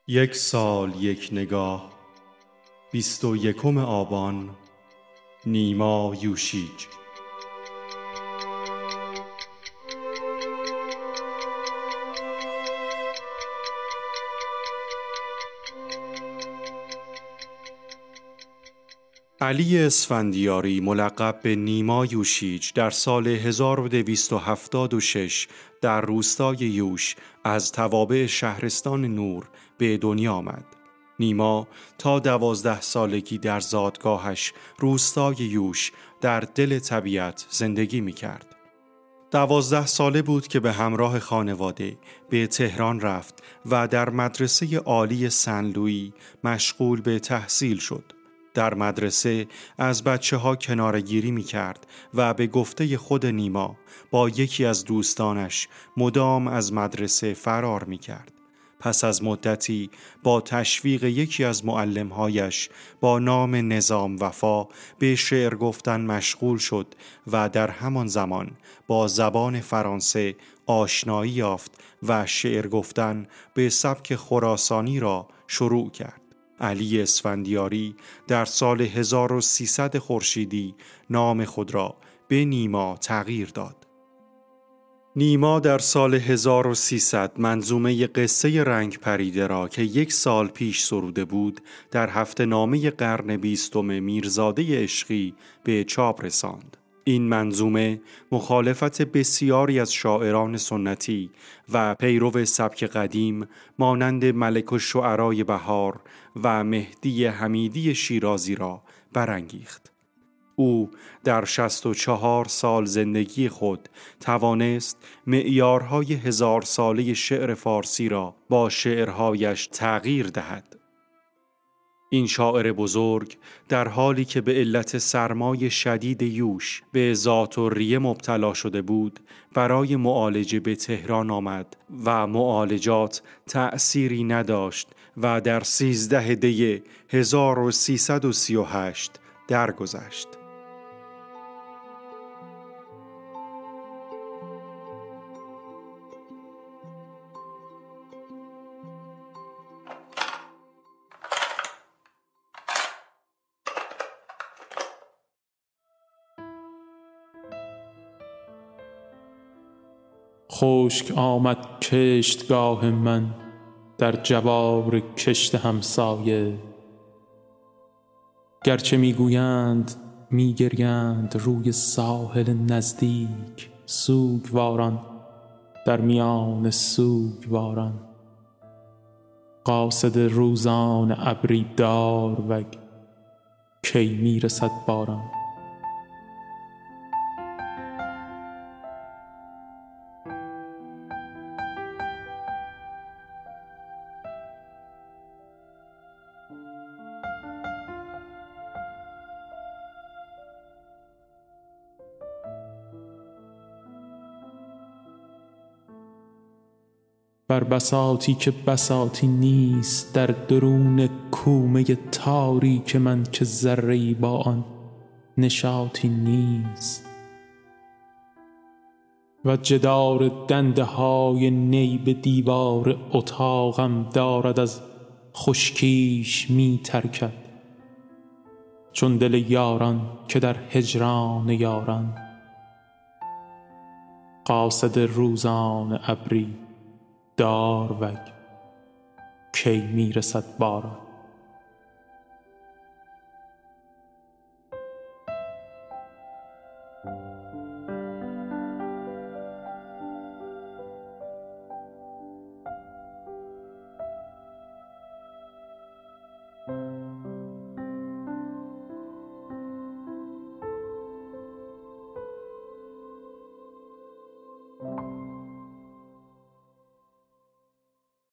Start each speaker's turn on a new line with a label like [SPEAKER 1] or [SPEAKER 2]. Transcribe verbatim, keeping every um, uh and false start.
[SPEAKER 1] یک سال یک نگاه، بیست و یکم آبان، نیما یوشیج. علی اسفندیاری ملقب به نیما یوشیج در سال هزار و دویست و هفتاد و شش در روستای یوش از توابع شهرستان نور به دنیا آمد. نیما تا دوازده سالگی در زادگاهش روستای یوش در دل طبیعت زندگی می کرد. دوازده ساله بود که به همراه خانواده به تهران رفت و در مدرسه عالی سن لویی مشغول به تحصیل شد. در مدرسه از بچه ها کنارگیری می کرد و به گفته خود نیما با یکی از دوستانش مدام از مدرسه فرار می کرد. پس از مدتی با تشویق یکی از معلمهایش با نام نظام وفا به شعر گفتن مشغول شد و در همان زمان با زبان فرانسه آشنایی یافت و شعر گفتن به سبک خراسانی را شروع کرد. علی اسفندیاری در سال هزار و سیصد خورشیدی نام خود را به نیما تغییر داد. نیما در سال هزار و سیصد منظومه قصه رنگ پریده را که یک سال پیش سروده بود در هفته نامه قرن بیستم میرزاده عشقی به چاپ رساند. این منظومه مخالفت بسیاری از شاعران سنتی و پیرو سبک قدیم مانند ملک الشعرای بهار و مهدی حمیدی شیرازی را برانگیخت. او در شصت و چهار سال زندگی خود توانست معیارهای هزار ساله شعر فارسی را با شعرهایش تغییر دهد. این شاعر بزرگ در حالی که به علت سرمای شدید یوش به ذات و ریه مبتلا شده بود برای معالجه به تهران آمد و معالجات تأثیری نداشت و در سیزده دی هزار و سیصد و سی و هشت درگذشت.
[SPEAKER 2] خشک آمد کشتگاه من در جوار کشت همسایه، گرچه میگویند میگریند روی ساحل نزدیک سوگواران در میان سوگواران. قاصد روزان ابری دار وگ کی میرسد باران. بر بساطی که بساطی نیست در درون کومه تاریک من که ذره‌ای با آن نشاطی نیست و جدار دنده های نی به دیوار اتاقم دارد از خشکیش می ترکد چون دل یاران که در هجران یاران. قاصد روزان ابری دار وگ کی میرسد باران.